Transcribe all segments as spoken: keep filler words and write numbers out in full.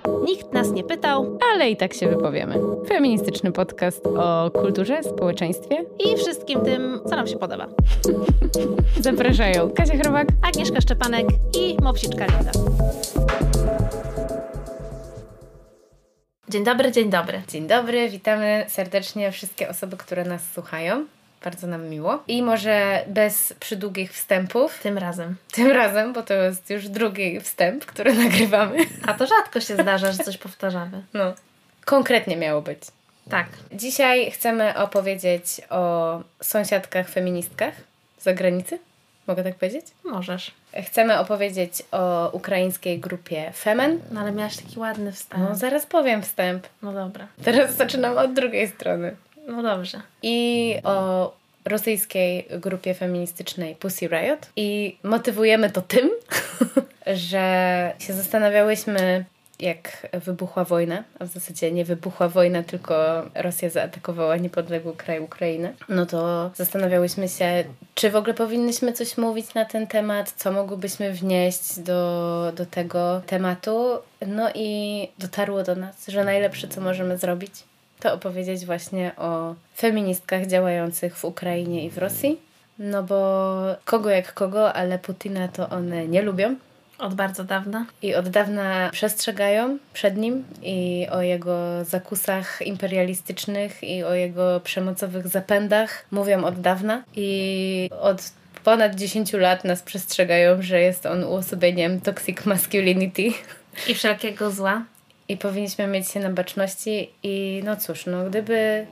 Nikt nas nie pytał, ale i tak się wypowiemy. Feministyczny podcast o kulturze, społeczeństwie i wszystkim tym, co nam się podoba. Zapraszają Kasia Chrobak, Agnieszka Szczepanek i Mopsiczka Linda. Dzień dobry, dzień dobry. Dzień dobry, witamy serdecznie wszystkie osoby, które nas słuchają. Bardzo nam miło. I może bez przydługich wstępów. Tym razem. Tym razem, bo to jest już drugi wstęp, który nagrywamy. A to rzadko się zdarza, że coś powtarzamy. No. Konkretnie miało być. Tak. Dzisiaj chcemy opowiedzieć o sąsiadkach feministkach z zagranicy. Mogę tak powiedzieć? Możesz. Chcemy opowiedzieć o ukraińskiej grupie Femen. No ale miałaś taki ładny wstęp. No zaraz powiem wstęp. No dobra. Teraz zaczynam od drugiej strony. No dobrze. I o rosyjskiej grupie feministycznej Pussy Riot. I motywujemy to tym, że się zastanawiałyśmy, jak wybuchła wojna, a w zasadzie nie wybuchła wojna, tylko Rosja zaatakowała niepodległy kraj Ukrainę. No to zastanawiałyśmy się, czy w ogóle powinnyśmy coś mówić na ten temat, co mogłybyśmy wnieść do, do tego tematu. No i dotarło do nas, że najlepsze, co możemy zrobić, to opowiedzieć właśnie o feministkach działających w Ukrainie i w Rosji. No bo kogo jak kogo, ale Putina to one nie lubią. Od bardzo dawna. I od dawna przestrzegają przed nim i o jego zakusach imperialistycznych i o jego przemocowych zapędach mówią od dawna. I od ponad dziesięciu lat nas przestrzegają, że jest on uosobieniem toxic masculinity. I wszelkiego zła. I powinniśmy mieć się na baczności i no cóż, no gdyby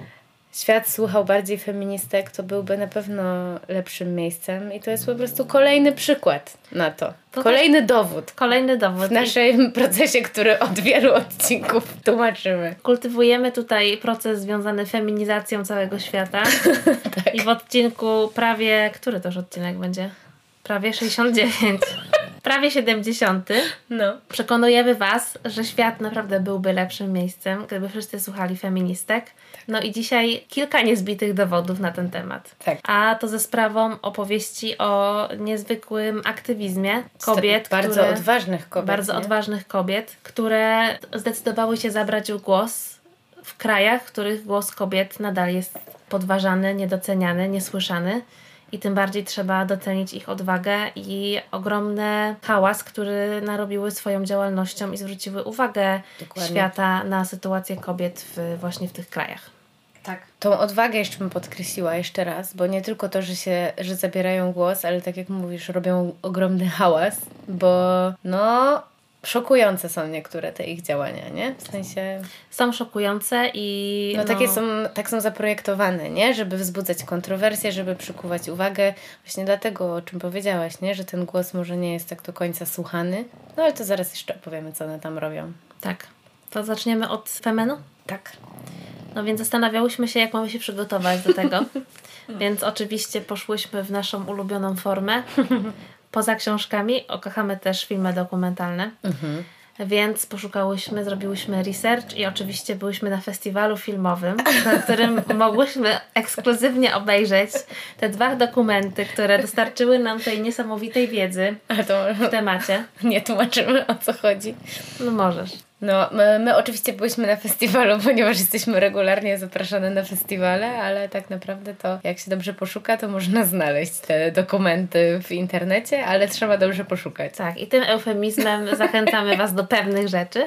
świat słuchał bardziej feministek, to byłby na pewno lepszym miejscem i to jest po prostu kolejny przykład na to. to kolejny tak, dowód. Kolejny dowód. W naszym procesie, który od wielu odcinków tłumaczymy. Kultywujemy tutaj proces związany z feminizacją całego świata. Tak. I w odcinku prawie... Który to już odcinek będzie? Prawie sześćdziesiąt dziewięć. Prawie siedemdziesiąty. No. Przekonujemy Was, że świat naprawdę byłby lepszym miejscem, gdyby wszyscy słuchali feministek. No i dzisiaj kilka niezbitych dowodów na ten temat. Tak. A to ze sprawą opowieści o niezwykłym aktywizmie kobiet. Bardzo które, odważnych kobiet. Bardzo nie? odważnych kobiet, które zdecydowały się zabrać głos w krajach, w których głos kobiet nadal jest podważany, niedoceniany, niesłyszany. I tym bardziej trzeba docenić ich odwagę i ogromny hałas, który narobiły swoją działalnością i zwróciły uwagę Dokładnie. świata na sytuację kobiet w, właśnie w tych krajach. Tak. Tą odwagę jeszcze bym podkreśliła jeszcze raz, bo nie tylko to, że się, że zabierają głos, ale tak jak mówisz, robią ogromny hałas, bo no... szokujące są niektóre te ich działania, nie? W sensie... Są szokujące i... No, no takie są, tak są zaprojektowane, nie? Żeby wzbudzać kontrowersje, żeby przykuwać uwagę. Właśnie dlatego, o czym powiedziałaś, nie? Że ten głos może nie jest tak do końca słuchany. No ale to zaraz jeszcze opowiemy, co one tam robią. Tak. To zaczniemy od Femenu? Tak. No więc zastanawiałyśmy się, jak mamy się przygotować do tego. Więc oczywiście poszłyśmy w naszą ulubioną formę. Poza książkami kochamy też filmy dokumentalne, mhm. więc poszukałyśmy, zrobiłyśmy research i oczywiście byłyśmy na festiwalu filmowym, na którym mogłyśmy ekskluzywnie obejrzeć te dwa dokumenty, które dostarczyły nam tej niesamowitej wiedzy A to w temacie. Nie tłumaczymy, o co chodzi. No możesz. No, my, my oczywiście byliśmy na festiwalu, ponieważ jesteśmy regularnie zapraszane na festiwale, ale tak naprawdę to jak się dobrze poszuka, to można znaleźć te dokumenty w internecie, ale trzeba dobrze poszukać. Tak, i tym eufemizmem zachęcamy Was do pewnych rzeczy.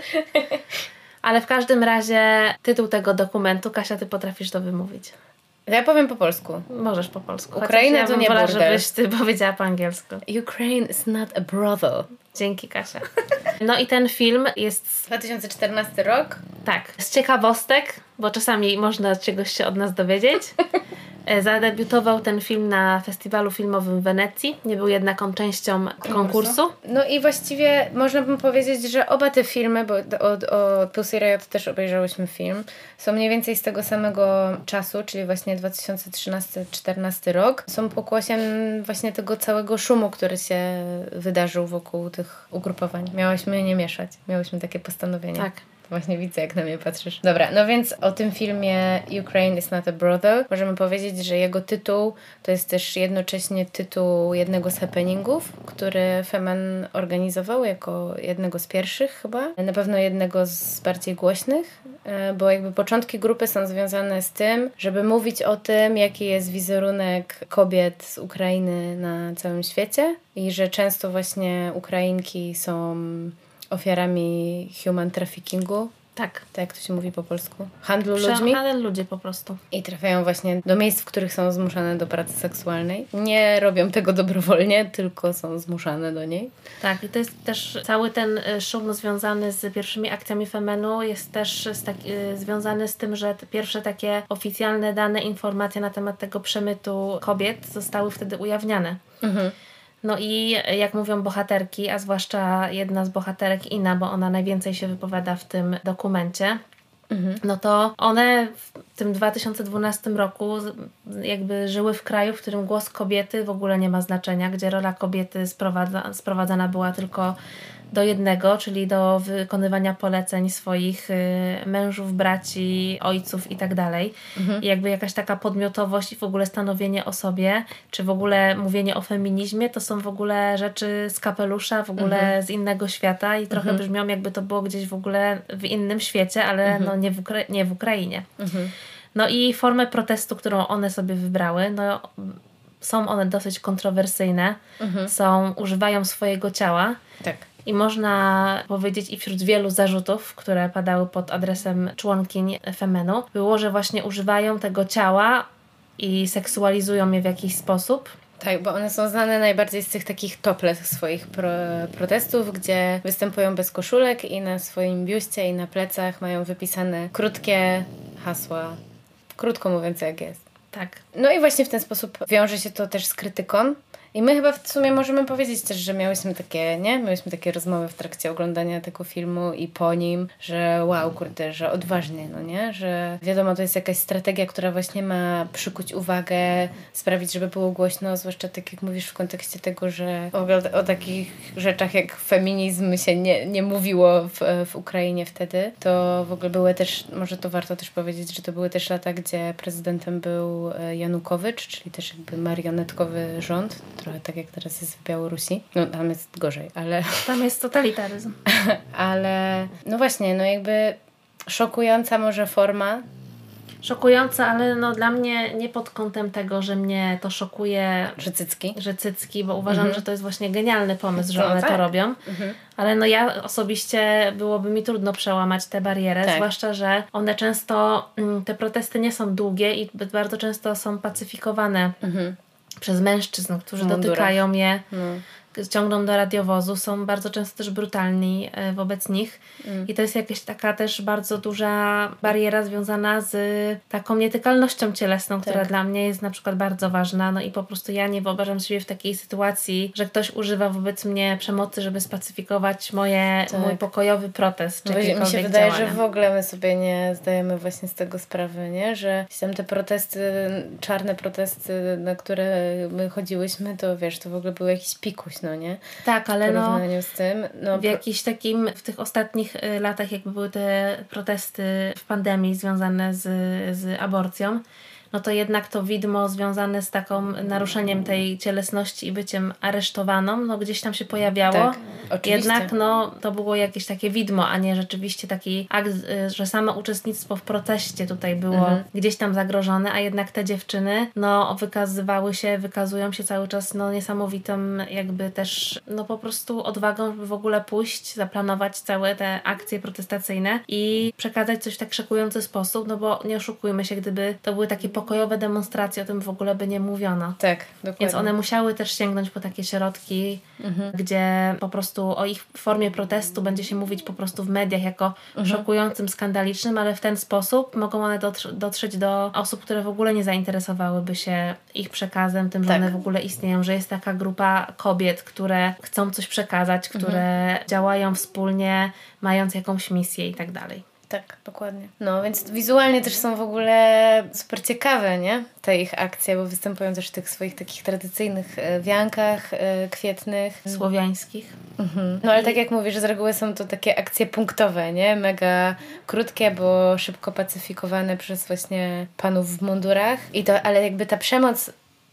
Ale w każdym razie tytuł tego dokumentu, Kasia, ty potrafisz to wymówić. Ja powiem po polsku. Możesz po polsku. Ukraina ja to nie wolała, burdel. żebyś ty powiedziała po angielsku. Ukraine is not a brothel. Dzięki, Kasia. No i ten film jest... dwa tysiące czternasty rok. Tak. Z ciekawostek, bo czasami można czegoś się od nas dowiedzieć. Zadebiutował ten film na festiwalu filmowym w Wenecji. Nie był jednak on częścią konkursu. No i właściwie można by powiedzieć, że oba te filmy, bo o, o Pussy Riot też obejrzałyśmy film, są mniej więcej z tego samego czasu, czyli właśnie dwa tysiące trzynasty czternasty rok. Są pokłosiem właśnie tego całego szumu, który się wydarzył wokół tych ugrupowań. Miałyśmy nie mieszać. Miałyśmy takie postanowienie. Tak. Właśnie widzę, jak na mnie patrzysz. Dobra, no więc o tym filmie Ukraine is not a brothel możemy powiedzieć, że jego tytuł to jest też jednocześnie tytuł jednego z happeningów, który Femen organizował jako jednego z pierwszych chyba. Na pewno jednego z bardziej głośnych, bo jakby początki grupy są związane z tym, żeby mówić o tym, jaki jest wizerunek kobiet z Ukrainy na całym świecie i że często właśnie Ukrainki są ofiarami human traffickingu. Tak. Tak jak to się mówi po polsku. Handlu Prze- ludźmi. Handel ludzi po prostu. I trafiają właśnie do miejsc, w których są zmuszane do pracy seksualnej. Nie robią tego dobrowolnie, tylko są zmuszane do niej. Tak, i to jest też cały ten szum związany z pierwszymi akcjami Femenu jest też z tak, y, związany z tym, że te pierwsze takie oficjalne dane, informacje na temat tego przemytu kobiet zostały wtedy ujawniane. Mhm. No i jak mówią bohaterki, a zwłaszcza jedna z bohaterek, Ina, bo ona najwięcej się wypowiada w tym dokumencie, mhm. no to one w tym dwa tysiące dwunastym roku jakby żyły w kraju, w którym głos kobiety w ogóle nie ma znaczenia, gdzie rola kobiety sprowadza, sprowadzana była tylko do jednego, czyli do wykonywania poleceń swoich y, mężów, braci, ojców i tak dalej. I jakby jakaś taka podmiotowość i w ogóle stanowienie o sobie, czy w ogóle mówienie o feminizmie, to są w ogóle rzeczy z kapelusza, w ogóle mhm. z innego świata i trochę mhm. brzmią, jakby to było gdzieś w ogóle w innym świecie, ale mhm. no nie w, Ukra- nie w Ukrainie. Mhm. No i formę protestu, którą one sobie wybrały, no są one dosyć kontrowersyjne, mhm. są, używają swojego ciała. Tak. I można powiedzieć i wśród wielu zarzutów, które padały pod adresem członkiń Femenu, było, że właśnie używają tego ciała i seksualizują je w jakiś sposób. Tak, bo one są znane najbardziej z tych takich topless swoich pro, protestów, gdzie występują bez koszulek i na swoim biuście i na plecach mają wypisane krótkie hasła, krótko mówiąc jak jest. Tak. No i właśnie w ten sposób wiąże się to też z krytyką. I my chyba w sumie możemy powiedzieć też, że miałyśmy takie, nie? Miałyśmy takie rozmowy w trakcie oglądania tego filmu i po nim, że wow, kurde, że odważnie, no nie? Że wiadomo, to jest jakaś strategia, która właśnie ma przykuć uwagę, sprawić, żeby było głośno, zwłaszcza tak jak mówisz w kontekście tego, że w ogóle o takich rzeczach jak feminizm się nie, nie mówiło w, w Ukrainie wtedy. To w ogóle były też, może to warto też powiedzieć, że to były też lata, gdzie prezydentem był Janukowycz, czyli też jakby marionetkowy rząd, trochę tak jak teraz jest w Białorusi. No tam jest gorzej, ale... Tam jest totalitaryzm. Ale no właśnie, no jakby szokująca może forma. Szokująca, ale no dla mnie nie pod kątem tego, że mnie to szokuje... Że cycki. Że cycki, bo uważam, mhm. że to jest właśnie genialny pomysł, że no, one tak. to robią. Mhm. Ale no ja osobiście byłoby mi trudno przełamać tę barierę, tak. zwłaszcza, że one często, te protesty nie są długie i bardzo często są pacyfikowane mhm. przez mężczyzn, którzy dotykają je, no. ciągną do radiowozu, są bardzo często też brutalni wobec nich mm. i to jest jakaś taka też bardzo duża bariera związana z taką nietykalnością cielesną, tak. która dla mnie jest na przykład bardzo ważna, no i po prostu ja nie wyobrażam siebie w takiej sytuacji, że ktoś używa wobec mnie przemocy, żeby spacyfikować moje, tak. mój pokojowy protest. Czy mi się wydaje, działania. Że w ogóle my sobie nie zdajemy właśnie z tego sprawy, nie? Że tam te protesty, czarne protesty, na które my chodziłyśmy, to wiesz, to w ogóle był jakiś pikuś, no nie? Tak, ale w no, z tym, no w jakiś takim, w tych ostatnich y, latach jakby były te protesty w pandemii związane z, z aborcją, no to jednak to widmo związane z taką naruszeniem tej cielesności i byciem aresztowaną, no gdzieś tam się pojawiało. Tak, oczywiście. Jednak no to było jakieś takie widmo, a nie rzeczywiście taki akt, że samo uczestnictwo w proteście tutaj było mhm. gdzieś tam zagrożone, a jednak te dziewczyny no wykazywały się, wykazują się cały czas no niesamowitą jakby też no po prostu odwagą, żeby w ogóle pójść, zaplanować całe te akcje protestacyjne i przekazać coś w tak szokujący sposób, no bo nie oszukujmy się, gdyby to były takie pokojowe demonstracje, o tym w ogóle by nie mówiono. Tak, dokładnie. Więc one musiały też sięgnąć po takie środki, mhm. gdzie po prostu o ich formie protestu będzie się mówić po prostu w mediach jako mhm. szokującym, skandalicznym, ale w ten sposób mogą one dotrz- dotrzeć do osób, które w ogóle nie zainteresowałyby się ich przekazem, tym, że tak. one w ogóle istnieją, że jest taka grupa kobiet, które chcą coś przekazać, które mhm. działają wspólnie, mając jakąś misję i tak dalej. Tak, dokładnie. No, więc wizualnie też są w ogóle super ciekawe, nie? Te ich akcje, bo występują też w tych swoich takich tradycyjnych e, wiankach e, kwietnych. Słowiańskich. Mhm. No, ale tak jak mówisz, z reguły są to takie akcje punktowe, nie? Mega krótkie, bo szybko pacyfikowane przez właśnie panów w mundurach. I to, ale jakby ta przemoc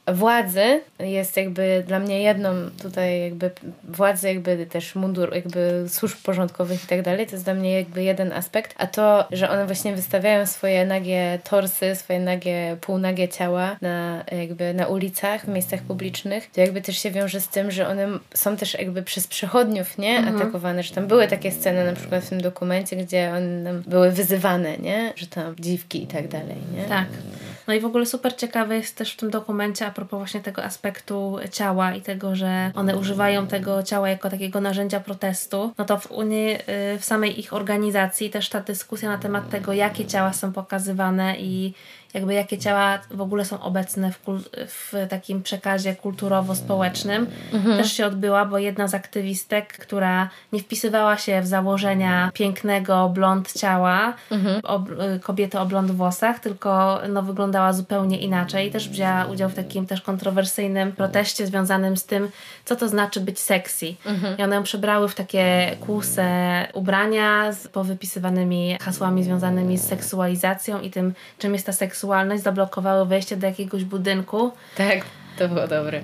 władzy jest jakby dla mnie jedną tutaj jakby władzy, jakby też mundur, jakby służb porządkowych i tak dalej, to jest dla mnie jakby jeden aspekt, a to, że one właśnie wystawiają swoje nagie torsy, swoje nagie, półnagie ciała na jakby na ulicach, w miejscach publicznych, to jakby też się wiąże z tym, że one są też jakby przez przechodniów, nie? Mhm. Atakowane, że tam były takie sceny na przykład w tym dokumencie, gdzie one były wyzywane, nie? Że tam dziwki i tak dalej, nie? Tak. No i w ogóle super ciekawe jest też w tym dokumencie a propos właśnie tego aspektu ciała i tego, że one używają tego ciała jako takiego narzędzia protestu. No to w Unii, w samej ich organizacji też ta dyskusja na temat tego, jakie ciała są pokazywane i jakby jakie ciała w ogóle są obecne w, kul- w takim przekazie kulturowo-społecznym mhm. też się odbyła, bo jedna z aktywistek, która nie wpisywała się w założenia pięknego blond ciała mhm. ob- kobiety o blond włosach, tylko no, wyglądała zupełnie inaczej i też wzięła udział w takim też kontrowersyjnym proteście związanym z tym, co to znaczy być sexy. Mhm. I one ją przebrały w takie kłuse ubrania z powypisywanymi hasłami związanymi z seksualizacją i tym, czym jest ta seksualność, zablokowały wejście do jakiegoś budynku. Tak, to było dobre.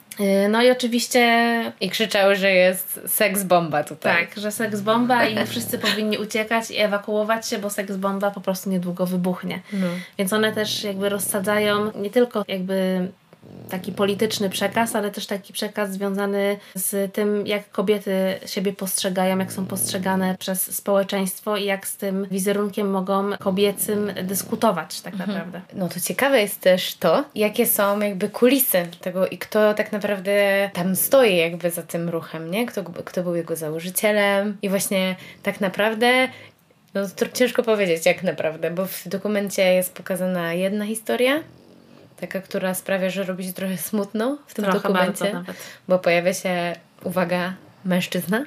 No i oczywiście... I krzyczały, że jest seks bomba tutaj. Tak, że seks bomba i wszyscy powinni uciekać i ewakuować się, bo seks bomba po prostu niedługo wybuchnie. No. Więc one też jakby rozsadzają nie tylko jakby taki polityczny przekaz, ale też taki przekaz związany z tym, jak kobiety siebie postrzegają, jak są postrzegane przez społeczeństwo i jak z tym wizerunkiem mogą kobiecym dyskutować tak mhm. naprawdę. No to ciekawe jest też to, jakie są jakby kulisy tego i kto tak naprawdę tam stoi jakby za tym ruchem, nie? Kto, kto był jego założycielem i właśnie tak naprawdę no to ciężko powiedzieć jak naprawdę, bo w dokumencie jest pokazana jedna historia, taka, która sprawia, że robi się trochę smutno w tym trochę dokumencie, nawet. Bo pojawia się, uwaga, mężczyzna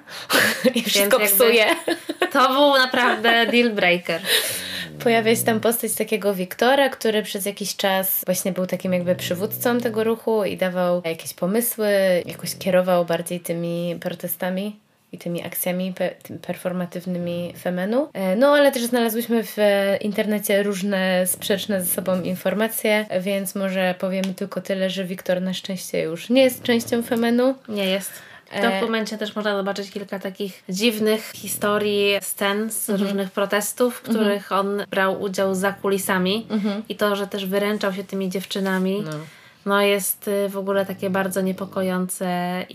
i wszystko psuje. To był naprawdę deal breaker. Pojawia się tam postać takiego Wiktora, który przez jakiś czas właśnie był takim jakby przywódcą tego ruchu i dawał jakieś pomysły, jakoś kierował bardziej tymi protestami i tymi akcjami pe- performatywnymi Femenu. No ale też znalazłyśmy w internecie różne sprzeczne ze sobą informacje, więc może powiemy tylko tyle, że Wiktor na szczęście już nie jest częścią Femenu. Nie jest. W dokumencie też można zobaczyć kilka takich dziwnych historii, scen z mhm. różnych protestów, w których mhm. on brał udział za kulisami mhm. i to, że też wyręczał się tymi dziewczynami. No. No jest w ogóle takie bardzo niepokojące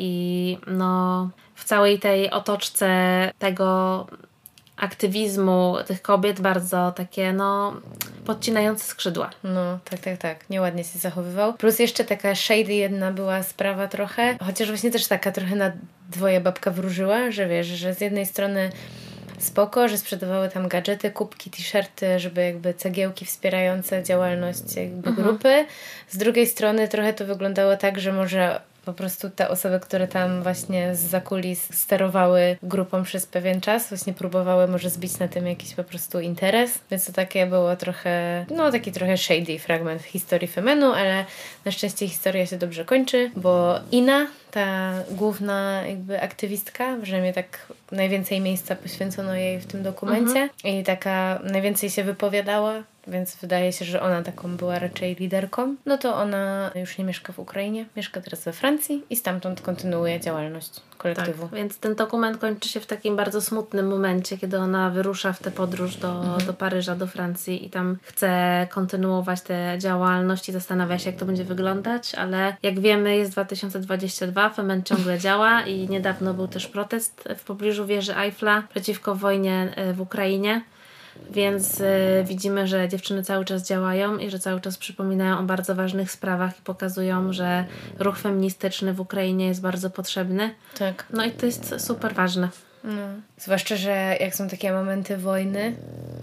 i no w całej tej otoczce tego aktywizmu tych kobiet bardzo takie no podcinające skrzydła. No tak, tak, tak. Nieładnie się zachowywał. Plus jeszcze taka shady jedna była sprawa trochę, chociaż właśnie też taka trochę na dwoje babka wróżyła, że wiesz, że z jednej strony spoko, że sprzedawały tam gadżety, kubki, t-shirty, żeby jakby cegiełki wspierające działalność jakby mhm. grupy. Z drugiej strony trochę to wyglądało tak, że może po prostu te osoby, które tam właśnie zza kulis sterowały grupą przez pewien czas, właśnie próbowały może zbić na tym jakiś po prostu interes, więc to takie było trochę, no taki trochę shady fragment historii Femenu, ale na szczęście historia się dobrze kończy, bo Ina, ta główna jakby aktywistka, przynajmniej tak najwięcej miejsca poświęcono jej w tym dokumencie mhm. i taka najwięcej się wypowiadała, więc wydaje się, że ona taką była raczej liderką. No to ona już nie mieszka w Ukrainie, mieszka teraz we Francji i stamtąd kontynuuje działalność kolektywu. Tak, więc ten dokument kończy się w takim bardzo smutnym momencie, kiedy ona wyrusza w tę podróż do, mhm. do Paryża, do Francji i tam chce kontynuować tę działalność i zastanawia się, jak to będzie wyglądać, ale jak wiemy jest dwa tysiące dwudziesty drugi, Femen ciągle działa i niedawno był też protest w pobliżu wieży Eiffla przeciwko wojnie w Ukrainie. Więc y, widzimy, że dziewczyny cały czas działają i że cały czas przypominają o bardzo ważnych sprawach i pokazują, że ruch feministyczny w Ukrainie jest bardzo potrzebny. Tak. No i to jest super ważne. No. Zwłaszcza, że jak są takie momenty wojny,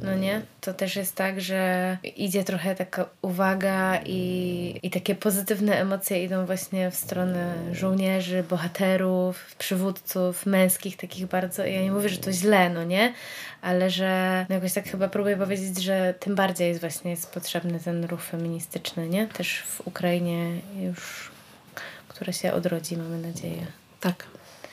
no nie? To też jest tak, że idzie trochę taka uwaga i, i takie pozytywne emocje idą właśnie w stronę żołnierzy, bohaterów, przywódców, męskich takich bardzo. Ja nie mówię, że to źle, no nie? Ale że no jakoś tak chyba próbuję powiedzieć, że tym bardziej jest właśnie jest potrzebny ten ruch feministyczny, nie? Też w Ukrainie już, która się odrodzi, mamy nadzieję. Tak.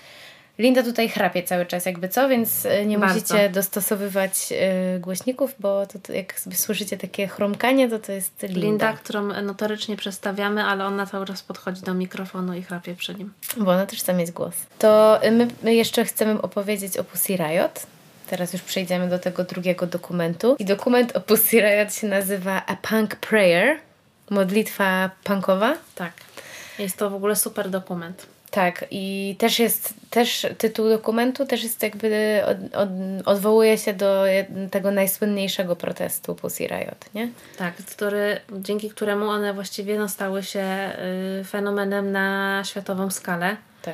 Linda tutaj chrapie cały czas jakby co, więc nie Bardzo. musicie dostosowywać y, głośników, bo to, to jak sobie słyszycie takie chromkanie, to to jest Linda. Linda, którą notorycznie przestawiamy, ale ona cały czas podchodzi do mikrofonu i chrapie przy nim. Bo ona też chce mieć głos. To my, my jeszcze chcemy opowiedzieć o Pussy Riot. Teraz już przejdziemy do tego drugiego dokumentu. I dokument o Pussy Riot się nazywa A Punk Prayer. Modlitwa punkowa. Tak. Jest to w ogóle super dokument. Tak, i też jest, też tytuł dokumentu też jest jakby, od, od, odwołuje się do tego najsłynniejszego protestu Pussy Riot, nie? Tak, który, dzięki któremu one właściwie no, stały się y, fenomenem na światową skalę. Tak.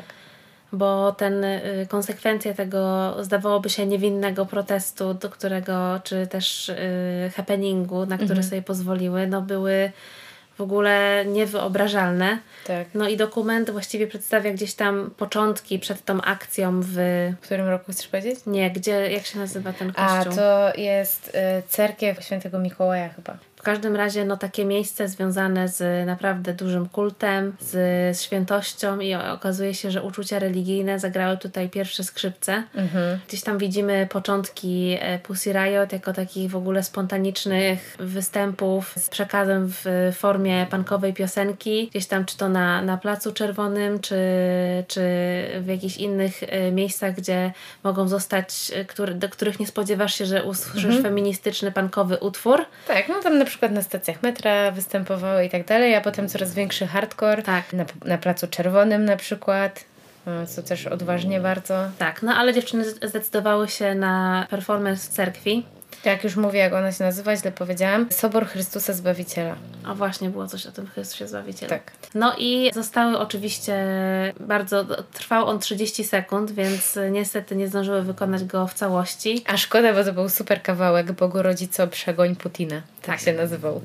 Bo ten, y, konsekwencje tego zdawałoby się niewinnego protestu, do którego, czy też y, happeningu, na który mhm. sobie pozwoliły, no były w ogóle niewyobrażalne. Tak. No i dokument właściwie przedstawia gdzieś tam początki przed tą akcją w... W którym roku chcesz powiedzieć? Nie, gdzie, jak się nazywa ten kościół? A, to jest y, cerkiew Świętego Mikołaja chyba. W każdym razie no takie miejsce związane z naprawdę dużym kultem, z, z świętością i okazuje się, że uczucia religijne zagrały tutaj pierwsze skrzypce. Mhm. Gdzieś tam widzimy początki Pussy Riot jako takich w ogóle spontanicznych występów z przekazem w formie punkowej piosenki. Gdzieś tam czy to na, na Placu Czerwonym, czy, czy w jakichś innych miejscach, gdzie mogą zostać, który, do których nie spodziewasz się, że usłyszysz mhm. feministyczny, punkowy utwór. Tak, no tam na przykład na stacjach metra występowały i tak dalej, a potem coraz większy hardcore. Tak. Na, na Placu Czerwonym na przykład, co też odważnie bardzo. Tak, no ale dziewczyny zdecydowały się na performance w cerkwi. Jak już mówię, jak ona się nazywa, źle powiedziałam. Sobor Chrystusa Zbawiciela. A właśnie, było coś o tym Chrystusie Zbawicielu. Tak. No i zostały oczywiście bardzo... Trwał on trzydzieści sekund, więc niestety nie zdążyły wykonać go w całości. A szkoda, bo to był super kawałek Bogu Rodzico Przegoń Putina. Tak, tak się nazywał.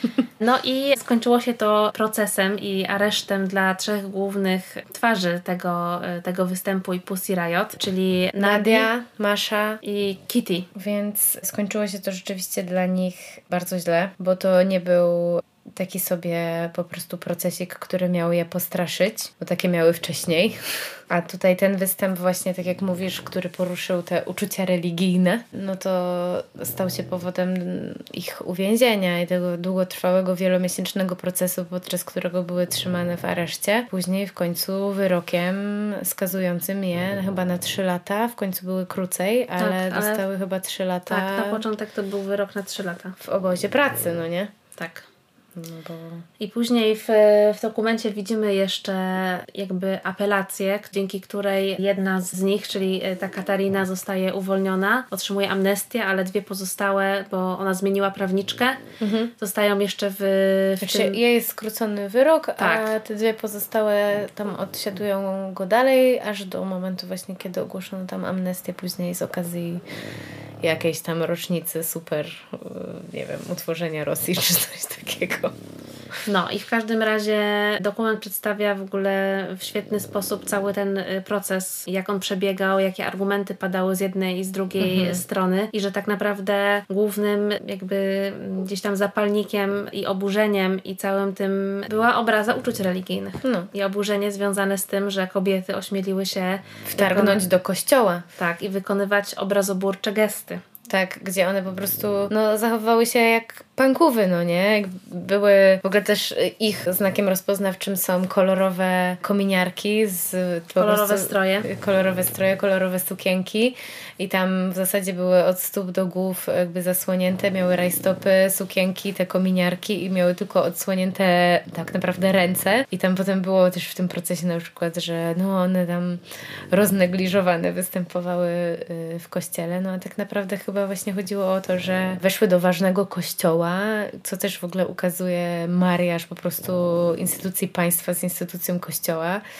No i skończyło się to procesem i aresztem dla trzech głównych twarzy tego, tego występu i Pussy Riot, czyli Nadia, Masza i Kitty. Więc skończyło się to rzeczywiście dla nich bardzo źle, bo to nie był taki sobie po prostu procesik, który miał je postraszyć, bo takie miały wcześniej. A tutaj ten występ właśnie, tak jak mówisz, który poruszył te uczucia religijne, no to stał się powodem ich uwięzienia i tego długotrwałego, wielomiesięcznego procesu, podczas którego były trzymane w areszcie. Później w końcu wyrokiem skazującym je chyba na trzy lata, w końcu były krócej, ale, tak, ale dostały chyba trzy lata. Tak, na początek to był wyrok na trzy lata. W obozie pracy, no nie? Tak. No bo... I później w, w dokumencie widzimy jeszcze jakby apelację, dzięki której jedna z nich, czyli ta Katarina, zostaje uwolniona, otrzymuje amnestię, ale dwie pozostałe, bo ona zmieniła prawniczkę, mhm. zostają jeszcze w, w znaczy, tym... Jej jest skrócony wyrok, tak. A te dwie pozostałe tam odsiadują go dalej, aż do momentu właśnie, kiedy ogłoszono tam amnestię, później z okazji jakiejś tam rocznicy super, nie wiem, utworzenia Rosji czy coś takiego. No i w każdym razie dokument przedstawia w ogóle w świetny sposób cały ten proces, jak on przebiegał, jakie argumenty padały z jednej i z drugiej mhm. strony i że tak naprawdę głównym jakby gdzieś tam zapalnikiem i oburzeniem i całym tym była obraza uczuć religijnych. No. I oburzenie związane z tym, że kobiety ośmieliły się wtargnąć wykon- do kościoła. Tak, i wykonywać obrazoburcze gesty. Tak, gdzie one po prostu no, zachowywały się jak punkowy, no nie? Jak były, w ogóle też ich znakiem rozpoznawczym są kolorowe kominiarki z kolorowe prostu, stroje. Kolorowe stroje, kolorowe sukienki i tam w zasadzie były od stóp do głów jakby zasłonięte, miały rajstopy, sukienki, te kominiarki i miały tylko odsłonięte tak naprawdę ręce i tam potem było też w tym procesie na przykład, że no one tam roznegliżowane występowały w kościele, no a tak naprawdę chyba właśnie chodziło o to, że weszły do ważnego kościoła, co też w ogóle ukazuje mariaż po prostu instytucji państwa z instytucją kościoła.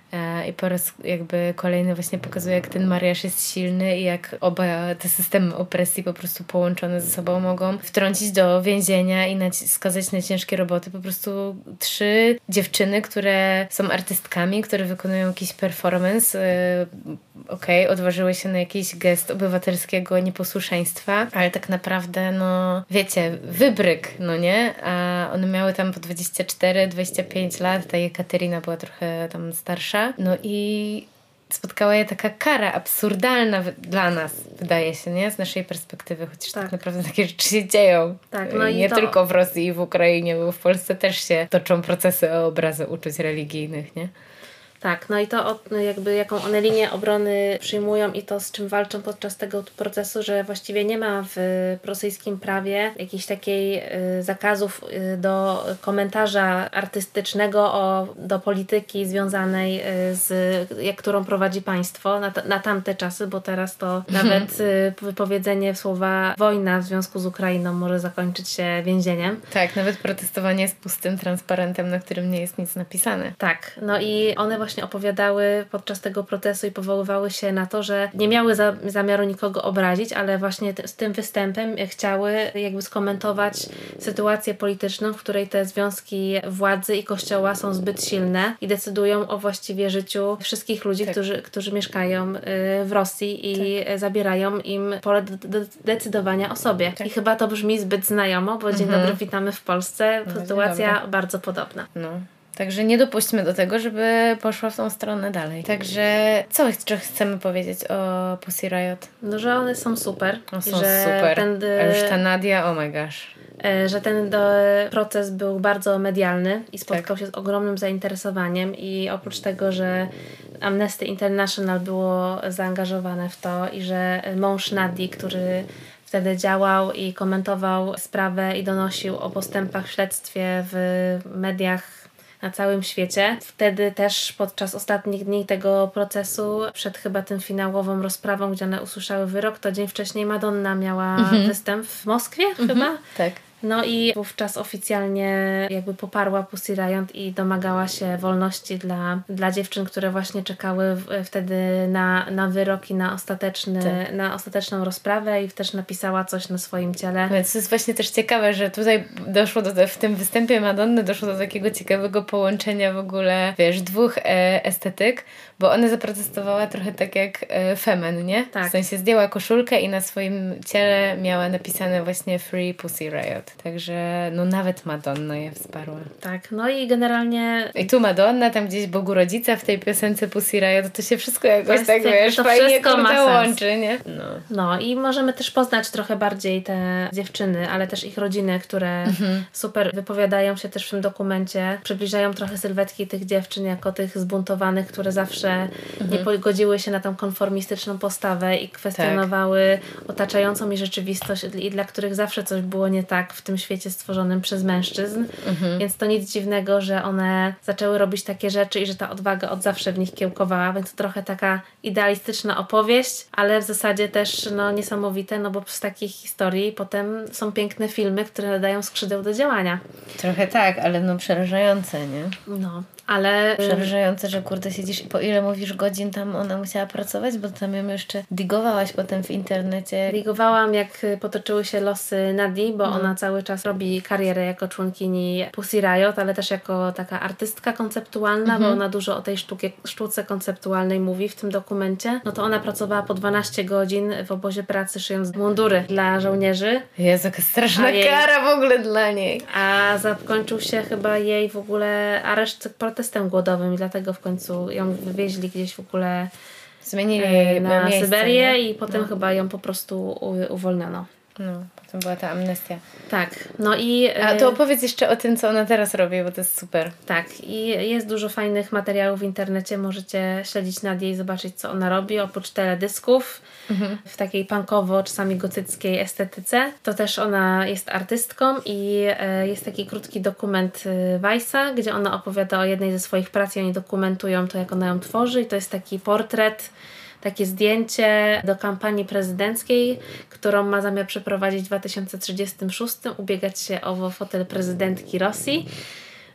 I po raz jakby kolejny właśnie pokazuje, jak ten mariaż jest silny i jak oba te systemy opresji po prostu połączone ze sobą mogą wtrącić do więzienia i naci- skazać na ciężkie roboty po prostu trzy dziewczyny, które są artystkami, które wykonują jakiś performance. Yy, Okej, okay, odważyły się na jakiś gest obywatelskiego nieposłuszeństwa, ale tak naprawdę, no wiecie, wybryk, no nie? A one miały tam po dwadzieścia cztery dwadzieścia pięć lat, ta Jekaterina była trochę tam starsza. No i spotkała je taka kara absurdalna dla nas, wydaje się, nie? Z naszej perspektywy, chociaż tak, tak naprawdę takie rzeczy się dzieją. Tak, no i nie to... tylko w Rosji i w Ukrainie, bo w Polsce też się toczą procesy o obrazy uczuć religijnych, nie? Tak, no i to jakby jaką one linię obrony przyjmują i to z czym walczą podczas tego procesu, że właściwie nie ma w rosyjskim prawie jakichś takiej y, zakazów y, do komentarza artystycznego o, do polityki związanej y, z, jak, którą prowadzi państwo na, na tamte czasy, bo teraz to nawet y, wypowiedzenie słowa wojna w związku z Ukrainą może zakończyć się więzieniem. Tak, nawet protestowanie z pustym transparentem, na którym nie jest nic napisane. Tak, no i one właśnie opowiadały podczas tego protestu i powoływały się na to, że nie miały za, zamiaru nikogo obrazić, ale właśnie t- z tym występem chciały jakby skomentować sytuację polityczną, w której te związki władzy i kościoła są zbyt silne i decydują o właściwie życiu wszystkich ludzi, tak. którzy, którzy mieszkają y, w Rosji i tak. zabierają im pole do, do decydowania o sobie. Tak. I chyba to brzmi zbyt znajomo, bo mhm. dzień dobry, witamy w Polsce. No, sytuacja bardzo podobna. No. Także nie dopuśćmy do tego, żeby poszła w tą stronę dalej. Także co jeszcze chcemy powiedzieć o Pussy Riot? No, że one są super. No, są że super. Ten, A już ta Nadia, oh my gosh. Że ten do, proces był bardzo medialny i spotkał tak. się z ogromnym zainteresowaniem i oprócz tego, że Amnesty International było zaangażowane w to i że mąż Nadii, który wtedy działał i komentował sprawę i donosił o postępach w śledztwie w mediach na całym świecie. Wtedy też podczas ostatnich dni tego procesu, przed chyba tym finałową rozprawą, gdzie one usłyszały wyrok, to dzień wcześniej Madonna miała mhm. występ w Moskwie mhm. chyba. Tak. No i wówczas oficjalnie jakby poparła Pussy Riot i domagała się wolności dla, dla dziewczyn, które właśnie czekały w, wtedy na, na wyrok i na, ostateczny, tak. na ostateczną rozprawę i też napisała coś na swoim ciele. Więc to jest właśnie też ciekawe, że tutaj doszło do, w tym występie Madonny doszło do takiego ciekawego połączenia w ogóle, wiesz, dwóch e, estetyk, bo ona zaprotestowała trochę tak jak e, Femen, nie? Tak. W sensie zdjęła koszulkę i na swoim ciele miała napisane właśnie Free Pussy Riot. Także no nawet Madonna je wsparła. Tak, no i generalnie... I tu Madonna, tam gdzieś Bogu Rodzica w tej piosence Pussy Riot, to się wszystko jakoś tak, wiesz, fajnie kurde łączy, nie? No. no i możemy też poznać trochę bardziej te dziewczyny, ale też ich rodziny, które mhm. super wypowiadają się też w tym dokumencie. Przybliżają trochę sylwetki tych dziewczyn jako tych zbuntowanych, które zawsze mhm. nie pogodziły się na tą konformistyczną postawę i kwestionowały tak. otaczającą ich rzeczywistość i dla których zawsze coś było nie tak w tym świecie stworzonym przez mężczyzn. Mhm. Więc to nic dziwnego, że one zaczęły robić takie rzeczy i że ta odwaga od zawsze w nich kiełkowała, więc to trochę taka idealistyczna opowieść, ale w zasadzie też no, niesamowite, no bo z takich historii potem są piękne filmy, które nadają skrzydeł do działania. Trochę tak, ale no przerażające, nie? No. Ale... Przerażające, że kurde siedzisz i po ile mówisz godzin tam ona musiała pracować, bo tam ją jeszcze digowałaś potem w internecie. Digowałam, jak potoczyły się losy Nadii, bo mhm. ona cały czas robi karierę jako członkini Pussy Riot, ale też jako taka artystka konceptualna, mhm. bo ona dużo o tej sztukie, sztuce konceptualnej mówi w tym dokumencie. No to ona pracowała po dwanaście godzin w obozie pracy, szyjąc mundury dla żołnierzy. Jezu, jaka straszna jej, kara w ogóle dla niej. A zakończył się chyba jej w ogóle areszt protestem głodowym i dlatego w końcu ją wywieźli gdzieś w ogóle zmienili na miejsce, Syberię nie? I no. potem chyba ją po prostu u- uwolniono. No, potem była ta amnestia. Tak, no i... A to opowiedz jeszcze o tym, co ona teraz robi, bo to jest super. Tak, i jest dużo fajnych materiałów w internecie, możecie śledzić Nadię i zobaczyć, co ona robi, oprócz teledysków, mhm. w takiej punkowo, czasami gotyckiej estetyce. To też ona jest artystką i jest taki krótki dokument Vice'a, gdzie ona opowiada o jednej ze swoich prac i oni dokumentują to, jak ona ją tworzy i to jest taki portret, takie zdjęcie do kampanii prezydenckiej, którą ma zamiar przeprowadzić w dwa tysiące trzydziestym szóstym, ubiegać się o fotel prezydentki Rosji.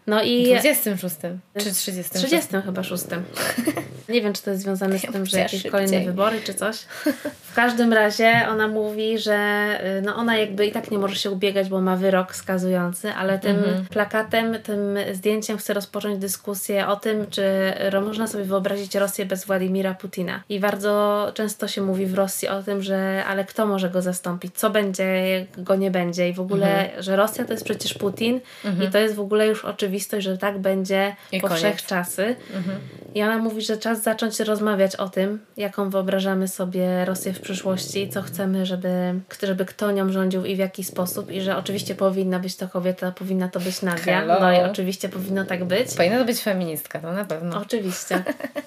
No i... dwudziestym szóstym czy trzydziestym szóstym? trzydziestym chyba szóstym. Nie wiem, czy to jest związane z tym, że jakieś kolejne wybory, czy coś. W każdym razie ona mówi, że no ona jakby i tak nie może się ubiegać, bo ma wyrok skazujący, ale tym mhm. plakatem, tym zdjęciem chce rozpocząć dyskusję o tym, czy można sobie wyobrazić Rosję bez Władimira Putina. I bardzo często się mówi w Rosji o tym, że ale kto może go zastąpić? Co będzie, jak go nie będzie? I w ogóle, mhm. że Rosja to jest przecież Putin mhm. i to jest w ogóle już oczywistość, że tak będzie I po koniec. wszechczasy. Mhm. I ona mówi, że czas zacząć rozmawiać o tym, jaką wyobrażamy sobie Rosję w przyszłości, co chcemy, żeby, żeby kto nią rządził i w jaki sposób. I że oczywiście powinna być to kobieta, powinna to być Nadia. Hello. No i oczywiście powinno tak być. Powinna to być feministka, to na pewno. Oczywiście.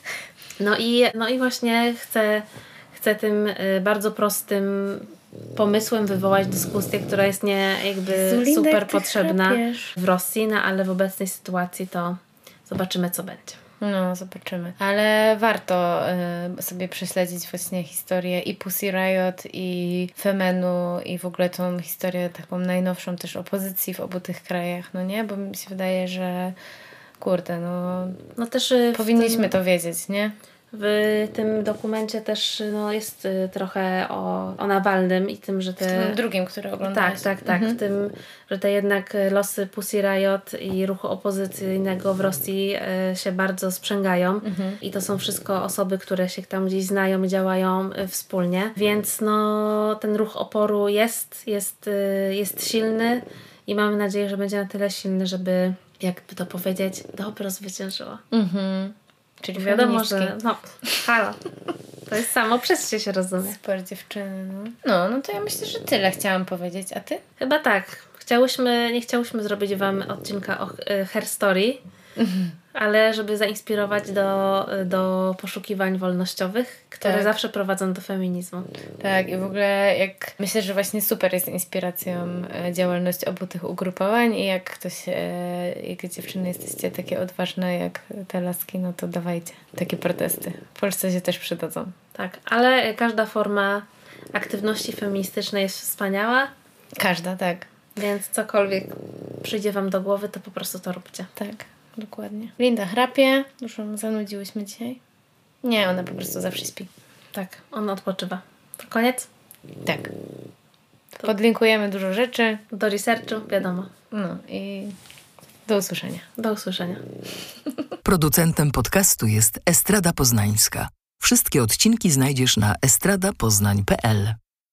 No i, no i właśnie chcę, chcę tym y, bardzo prostym pomysłem wywołać dyskusję, która jest nie jakby Zulinda, super potrzebna w Rosji, no ale w obecnej sytuacji to zobaczymy, co będzie. No, zobaczymy. Ale warto y, sobie prześledzić właśnie historię i Pussy Riot, i Femenu, i w ogóle tą historię taką najnowszą też opozycji w obu tych krajach, no nie? Bo mi się wydaje, że kurde, no, no też y, powinniśmy tym... to wiedzieć, nie? W tym dokumencie też no, jest y, trochę o, o Nawalnym i tym, że te... W tym drugim, który oglądałaś. Tak, tak, tak. Mhm. W tym, że te jednak losy Pussy Riot i ruchu opozycyjnego w Rosji y, się bardzo sprzęgają. Mhm. I to są wszystko osoby, które się tam gdzieś znają i działają y, wspólnie. Więc no, ten ruch oporu jest, jest, y, jest silny i mamy nadzieję, że będzie na tyle silny, żeby, jakby to powiedzieć, dobro zwyciężyło. Mhm. Czyli wiadomo, że no, halo, to jest samo przez się się rozumie. Super dziewczyny, no. No, no to ja myślę, że tyle chciałam powiedzieć, a ty? Chyba tak. Chciałyśmy, nie chciałyśmy zrobić wam odcinka o y, Her Story, mhm. ale żeby zainspirować do, do poszukiwań wolnościowych, które tak. zawsze prowadzą do feminizmu. Tak, i w ogóle jak myślę, że właśnie super jest inspiracją e, działalność obu tych ugrupowań i jak ktoś, e, jak dziewczyny jesteście takie odważne jak te laski, no to dawajcie takie protesty. W Polsce się też przydadzą. Tak, ale każda forma aktywności feministycznej jest wspaniała. Każda, tak. Więc cokolwiek przyjdzie wam do głowy, to po prostu to róbcie. Tak. Dokładnie. Linda chrapie. Już ją zanudziłyśmy dzisiaj? Nie, ona po prostu zawsze śpi. Tak, ona odpoczywa. To koniec? Tak. To podlinkujemy dużo rzeczy. Do researchu, wiadomo. No i do usłyszenia. Do usłyszenia. Producentem podcastu jest Estrada Poznańska. Wszystkie odcinki znajdziesz na estrada poznań kropka p l.